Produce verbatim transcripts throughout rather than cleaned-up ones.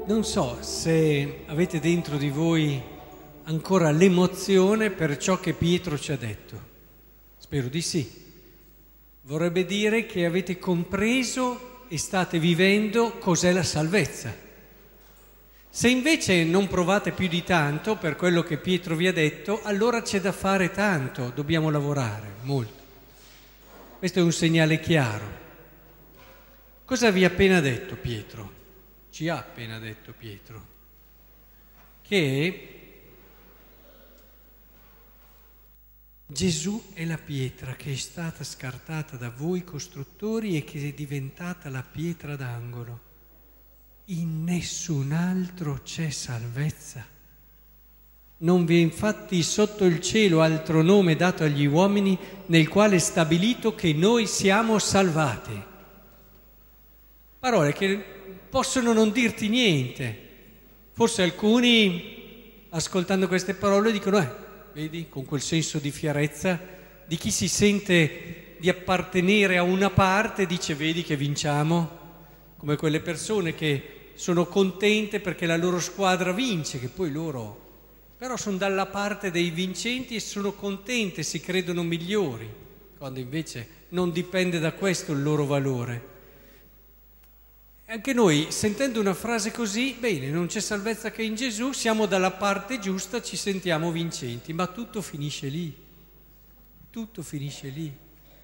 Non so se avete dentro di voi ancora l'emozione per ciò che Pietro ci ha detto. Spero di sì. Vorrebbe dire che avete compreso e state vivendo cos'è la salvezza. Se invece non provate più di tanto per quello che Pietro vi ha detto, allora c'è da fare tanto, dobbiamo lavorare molto. Questo è un segnale chiaro. Cosa vi ha appena detto Pietro? Ci ha appena detto Pietro che Gesù è la pietra che è stata scartata da voi costruttori e che è diventata la pietra d'angolo. In nessun altro c'è salvezza. Non vi è infatti sotto il cielo altro nome dato agli uomini nel quale è stabilito che noi siamo salvati. Parole che possono non dirti niente. Forse alcuni, ascoltando queste parole, dicono, eh, vedi, con quel senso di fierezza, di chi si sente di appartenere a una parte, dice, vedi che vinciamo, come quelle persone che sono contente perché la loro squadra vince, che poi loro però sono dalla parte dei vincenti e sono contente, si credono migliori, quando invece non dipende da questo il loro valore. Anche noi, sentendo una frase così, bene, non c'è salvezza che in Gesù, siamo dalla parte giusta, ci sentiamo vincenti, ma tutto finisce lì, tutto finisce lì.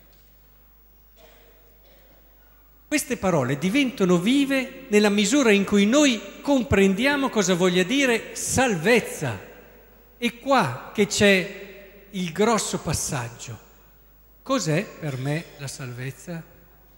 Queste parole diventano vive nella misura in cui noi comprendiamo cosa voglia dire salvezza. È qua che c'è il grosso passaggio. Cos'è per me la salvezza?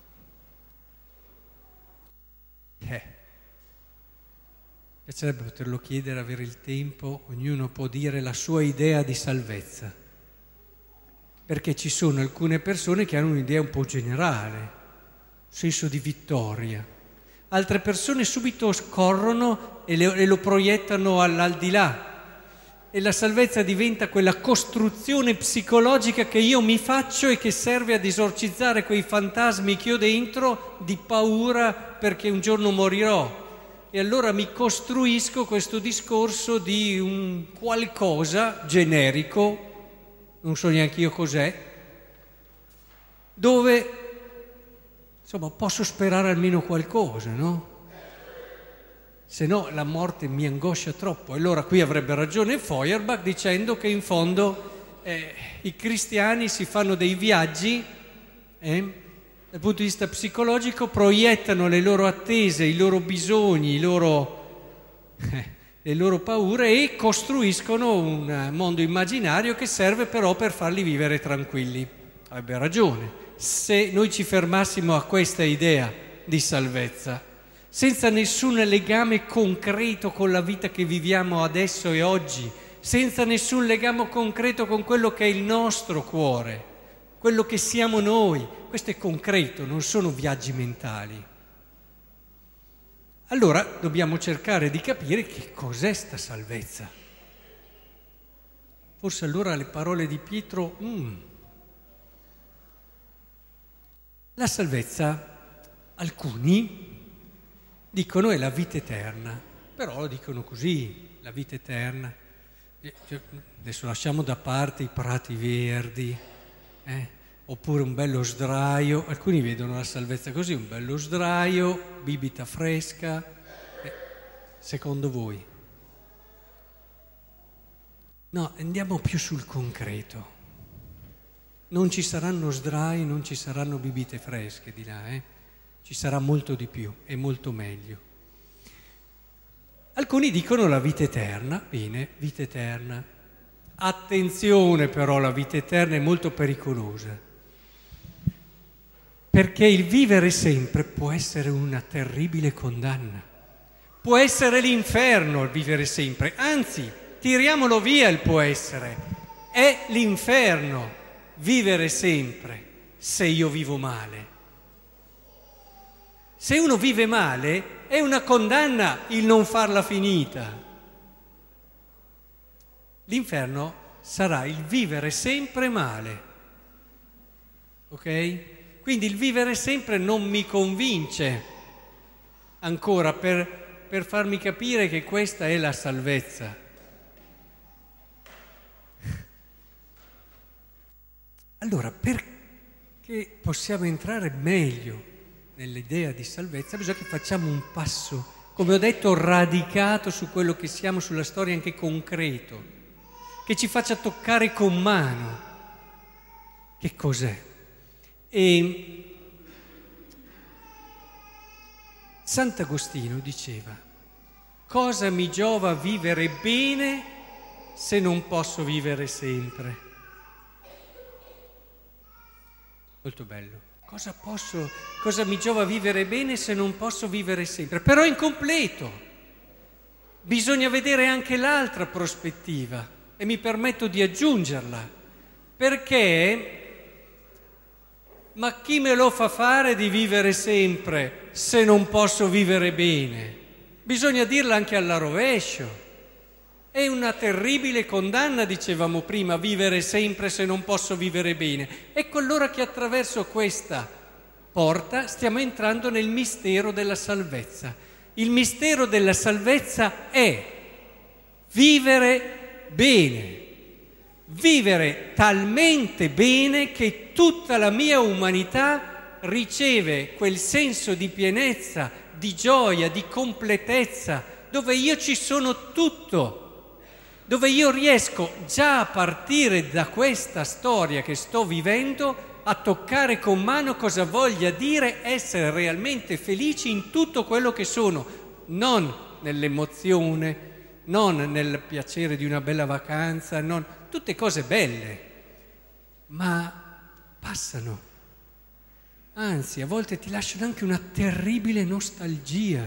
Eh, piacerebbe poterlo chiedere, avere il tempo, ognuno può dire la sua idea di salvezza, perché ci sono alcune persone che hanno un'idea un po' generale, senso di vittoria, altre persone subito scorrono e, le, e lo proiettano all'aldilà e la salvezza diventa quella costruzione psicologica che io mi faccio e che serve ad esorcizzare quei fantasmi che ho dentro di paura perché un giorno morirò. E allora mi costruisco questo discorso di un qualcosa generico, non so neanche io cos'è, dove insomma posso sperare almeno qualcosa, no? Se no la morte mi angoscia troppo. Allora qui avrebbe ragione Feuerbach dicendo che in fondo eh, i cristiani si fanno dei viaggi, eh, dal punto di vista psicologico, proiettano le loro attese, i loro bisogni, i loro, eh, le loro paure e costruiscono un mondo immaginario che serve però per farli vivere tranquilli. Avrebbe ragione. Se noi ci fermassimo a questa idea di salvezza, senza nessun legame concreto con la vita che viviamo adesso e oggi, senza nessun legame concreto con quello che è il nostro cuore, quello che siamo noi, questo è concreto, non sono viaggi mentali. Allora dobbiamo cercare di capire che cos'è sta salvezza. Forse allora le parole di Pietro, mm, la salvezza, alcuni dicono è la vita eterna, però lo dicono così, la vita eterna. Adesso lasciamo da parte i prati verdi, eh? Oppure un bello sdraio, alcuni vedono la salvezza così, un bello sdraio, bibita fresca, eh, secondo voi? No, andiamo più sul concreto. Non ci saranno sdrai, non ci saranno bibite fresche di là, eh? Ci sarà molto di più e molto meglio. Alcuni dicono la vita eterna, bene, vita eterna. Attenzione però, la vita eterna è molto pericolosa, perché il vivere sempre può essere una terribile condanna. Può essere l'inferno il vivere sempre, anzi, tiriamolo via il può essere. È l'inferno vivere sempre se io vivo male. Se uno vive male, è una condanna il non farla finita. L'inferno sarà il vivere sempre male, ok? Quindi il vivere sempre non mi convince ancora per, per farmi capire che questa è la salvezza. Allora, perché possiamo entrare meglio nell'idea di salvezza, bisogna che facciamo un passo, come ho detto, radicato su quello che siamo, sulla storia, anche concreto, che ci faccia toccare con mano che cos'è. E Sant'Agostino diceva: cosa mi giova vivere bene se non posso vivere sempre? Molto bello. Cosa posso, cosa mi giova vivere bene se non posso vivere sempre? Però è incompleto. Bisogna vedere anche l'altra prospettiva e mi permetto di aggiungerla, perché ma chi me lo fa fare di vivere sempre se non posso vivere bene? Bisogna dirla anche alla rovescio. È una terribile condanna, dicevamo prima, vivere sempre se non posso vivere bene. Ecco allora che attraverso questa porta stiamo entrando nel mistero della salvezza. Il mistero della salvezza è vivere bene, vivere talmente bene che tutta la mia umanità riceve quel senso di pienezza, di gioia, di completezza, dove io ci sono tutto. Dove io riesco già a partire da questa storia che sto vivendo a toccare con mano cosa voglia dire essere realmente felici in tutto quello che sono, non nell'emozione, non nel piacere di una bella vacanza, non tutte cose belle, ma passano. Anzi, a volte ti lasciano anche una terribile nostalgia.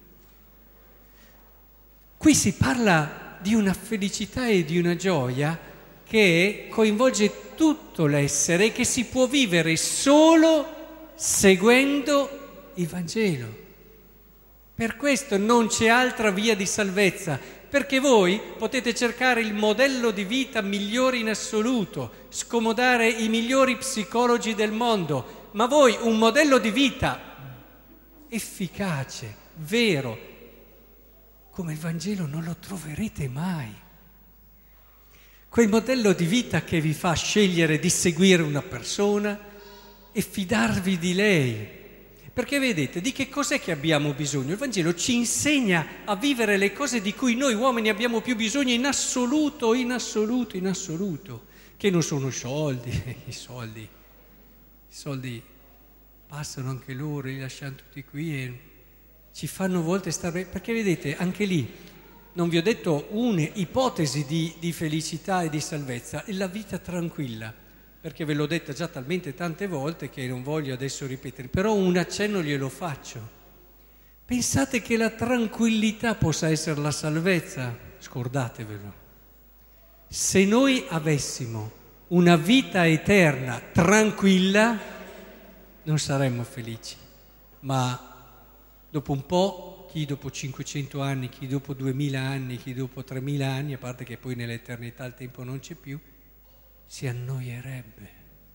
Qui si parla di una felicità e di una gioia che coinvolge tutto l'essere e che si può vivere solo seguendo il Vangelo. Per questo non c'è altra via di salvezza, perché voi potete cercare il modello di vita migliore in assoluto, scomodare i migliori psicologi del mondo, ma voi un modello di vita efficace, vero, come il Vangelo non lo troverete mai. Quel modello di vita che vi fa scegliere di seguire una persona e fidarvi di lei. Perché vedete, di che cos'è che abbiamo bisogno? Il Vangelo ci insegna a vivere le cose di cui noi uomini abbiamo più bisogno in assoluto, in assoluto, in assoluto, che non sono soldi, i soldi, i soldi passano anche loro, li lasciamo tutti qui e ci fanno a volte stare, perché vedete, anche lì, non vi ho detto un'ipotesi di, di felicità e di salvezza, è la vita tranquilla, perché ve l'ho detta già talmente tante volte che non voglio adesso ripetere, però un accenno glielo faccio. Pensate che la tranquillità possa essere la salvezza? Scordatevelo. Se noi avessimo una vita eterna tranquilla, non saremmo felici, ma dopo un po', chi dopo cinquecento anni, chi dopo duemila anni, chi dopo tremila anni, a parte che poi nell'eternità il tempo non c'è più, si annoierebbe.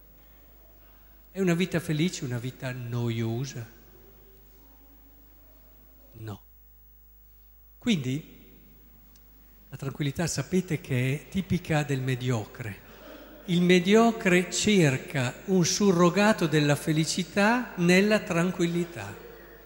È una vita felice, una vita noiosa? No. Quindi la tranquillità sapete che è tipica del mediocre. Il mediocre cerca un surrogato della felicità nella tranquillità,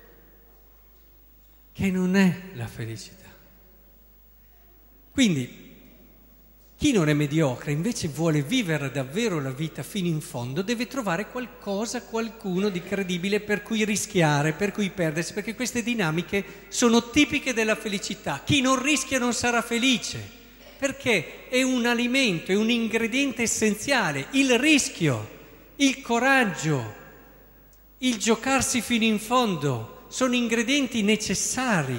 che non è la felicità. Quindi, chi non è mediocre, invece vuole vivere davvero la vita fino in fondo, deve trovare qualcosa, qualcuno di credibile per cui rischiare, per cui perdersi, perché queste dinamiche sono tipiche della felicità. Chi non rischia non sarà felice, perché è un alimento, è un ingrediente essenziale, il rischio, il coraggio, il giocarsi fino in fondo. Sono ingredienti necessari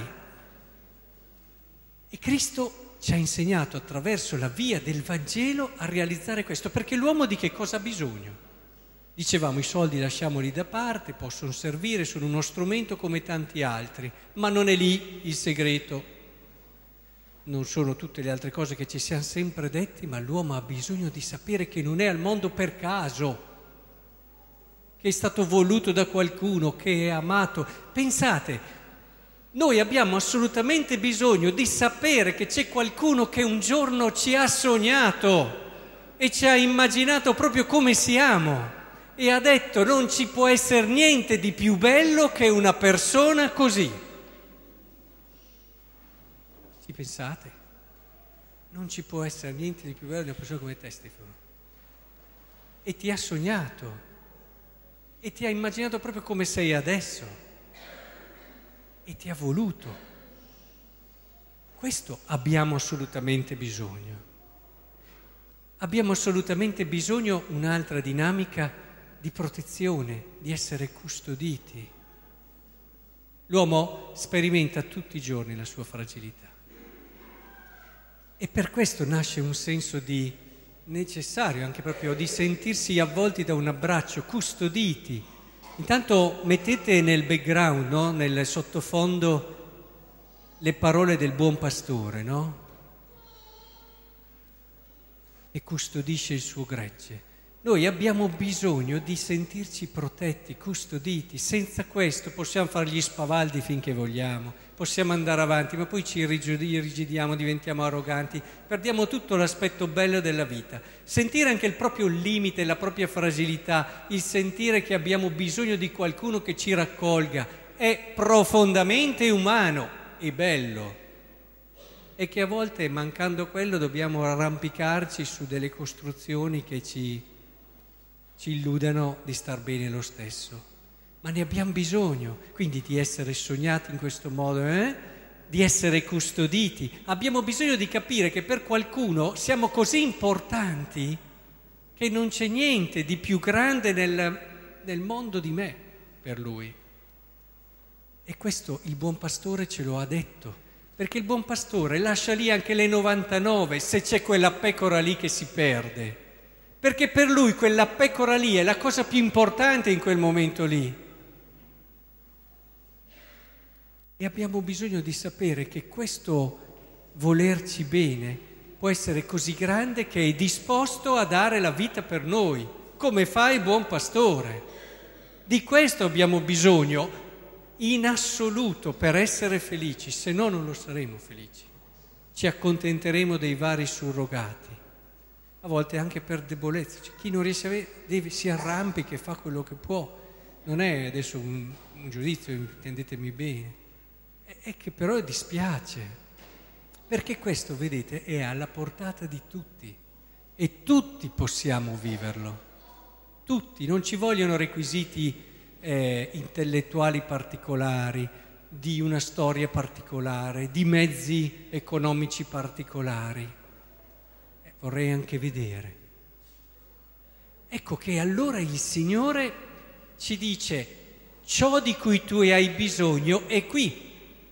e Cristo ci ha insegnato attraverso la via del Vangelo a realizzare questo, perché l'uomo di che cosa ha bisogno? Dicevamo, i soldi lasciamoli da parte, possono servire, sono uno strumento come tanti altri, ma non è lì il segreto. Non sono tutte le altre cose che ci siamo sempre detti, ma l'uomo ha bisogno di sapere che non è al mondo per caso, che è stato voluto da qualcuno, che è amato. Pensate, Noi abbiamo assolutamente bisogno di sapere che c'è qualcuno che un giorno ci ha sognato e ci ha immaginato proprio come siamo e ha detto non ci può essere niente di più bello che una persona così. Ci pensate? Non ci può essere niente di più bello di una persona come te, Stefano. E ti ha sognato e ti ha immaginato proprio come sei adesso. E ti ha voluto. Questo abbiamo assolutamente bisogno. Abbiamo assolutamente bisogno un'altra dinamica di protezione, di essere custoditi. L'uomo sperimenta tutti i giorni la sua fragilità. E per questo nasce un senso di necessario, anche proprio di sentirsi avvolti da un abbraccio, custoditi. Intanto mettete nel background, no? Nel sottofondo, le parole del buon pastore, no? E custodisce il suo gregge. Noi abbiamo bisogno di sentirci protetti, custoditi. Senza questo possiamo fare gli spavaldi finché vogliamo, possiamo andare avanti, ma poi ci irrigidiamo, diventiamo arroganti, perdiamo tutto l'aspetto bello della vita. Sentire anche il proprio limite, la propria fragilità, il sentire che abbiamo bisogno di qualcuno che ci raccolga, è profondamente umano e bello. E che a volte, mancando quello, dobbiamo arrampicarci su delle costruzioni che ci... ci illudano di star bene lo stesso, ma ne abbiamo bisogno, quindi di essere sognati in questo modo, eh? Di essere custoditi. Abbiamo bisogno di capire che per qualcuno siamo così importanti che non c'è niente di più grande nel, nel mondo di me per lui. E questo il buon pastore ce lo ha detto, perché il buon pastore lascia lì anche le novantanove se c'è quella pecora lì che si perde. Perché per lui quella pecora lì è la cosa più importante in quel momento lì. E abbiamo bisogno di sapere che questo volerci bene può essere così grande che è disposto a dare la vita per noi, come fa il buon pastore. Di questo abbiamo bisogno in assoluto per essere felici, se no non lo saremo felici. Ci accontenteremo dei vari surrogati. A volte anche per debolezza, cioè, chi non riesce a vedere deve, si arrampica e fa quello che può, non è adesso un, un giudizio, intendetemi bene, è, è che però dispiace, perché questo, vedete, è alla portata di tutti e tutti possiamo viverlo, tutti, non ci vogliono requisiti eh, intellettuali particolari, di una storia particolare, di mezzi economici particolari. Vorrei anche vedere. Ecco che allora il Signore ci dice: ciò di cui tu hai bisogno è qui.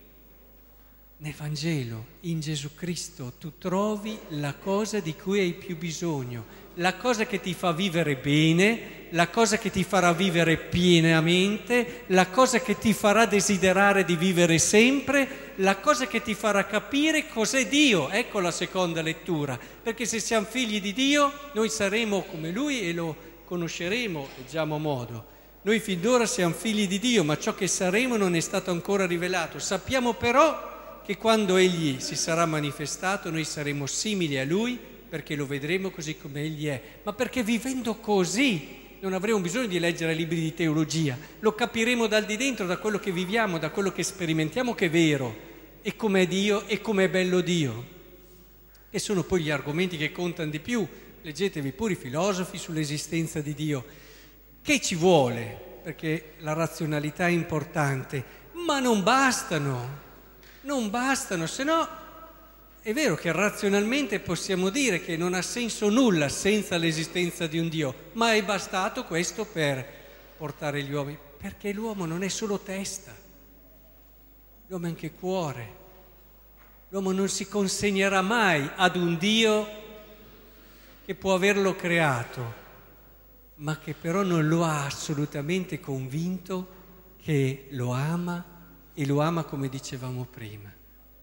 Nel Vangelo, in Gesù Cristo, tu trovi la cosa di cui hai più bisogno, la cosa che ti fa vivere bene, la cosa che ti farà vivere pienamente, la cosa che ti farà desiderare di vivere sempre, la cosa che ti farà capire cos'è Dio. Ecco la seconda lettura, perché se siamo figli di Dio noi saremo come Lui e lo conosceremo, leggiamo modo. Noi fin d'ora siamo figli di Dio, ma ciò che saremo non è stato ancora rivelato. Sappiamo però che quando Egli si sarà manifestato noi saremo simili a Lui, perché lo vedremo così come Egli è, ma perché vivendo così non avremo bisogno di leggere libri di teologia, lo capiremo dal di dentro, da quello che viviamo, da quello che sperimentiamo che è vero, e com'è Dio e com'è bello Dio. E sono poi gli argomenti che contano di più, leggetevi pure i filosofi sull'esistenza di Dio. Che ci vuole? Perché la razionalità è importante, ma non bastano, non bastano, se no... È vero che razionalmente possiamo dire che non ha senso nulla senza l'esistenza di un Dio, ma è bastato questo per portare gli uomini, perché l'uomo non è solo testa, l'uomo è anche cuore. L'uomo non si consegnerà mai ad un Dio che può averlo creato, ma che però non lo ha assolutamente convinto che lo ama e lo ama come dicevamo prima.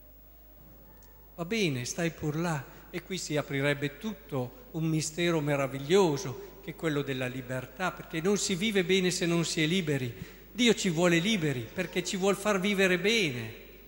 Va bene, stai pur là, e qui si aprirebbe tutto un mistero meraviglioso, che è quello della libertà, perché non si vive bene se non si è liberi. Dio ci vuole liberi, perché ci vuol far vivere bene.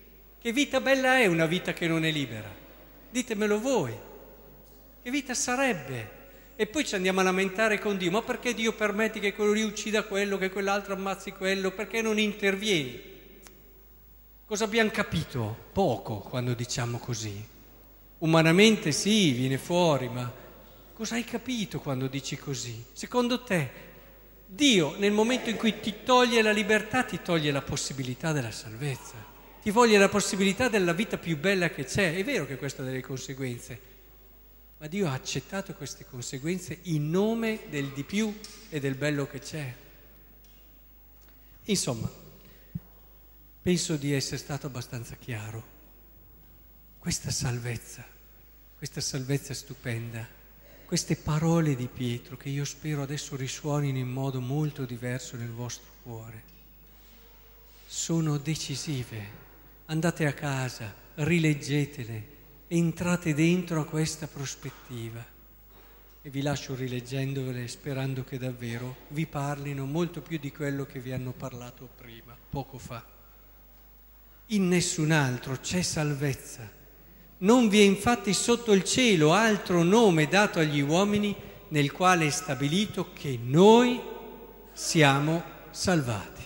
Che vita bella è una vita che non è libera? Ditemelo voi. Che vita sarebbe? E poi ci andiamo a lamentare con Dio, ma perché Dio permette che quello lì uccida quello, che quell'altro ammazzi quello, perché non intervieni? Cosa abbiamo capito? Poco quando diciamo così. Umanamente sì, viene fuori, ma cosa hai capito quando dici così? Secondo te, Dio nel momento in cui ti toglie la libertà, ti toglie la possibilità della salvezza, ti toglie la possibilità della vita più bella che c'è. È vero che questo ha delle conseguenze, ma Dio ha accettato queste conseguenze in nome del di più e del bello che c'è. Insomma, penso di essere stato abbastanza chiaro. Questa salvezza, questa salvezza stupenda, queste parole di Pietro che io spero adesso risuonino in modo molto diverso nel vostro cuore, sono decisive. Andate a casa, rileggetele, entrate dentro a questa prospettiva e vi lascio rileggendovele sperando che davvero vi parlino molto più di quello che vi hanno parlato prima, poco fa. In nessun altro c'è salvezza. Non vi è infatti sotto il cielo altro nome dato agli uomini nel quale è stabilito che noi siamo salvati.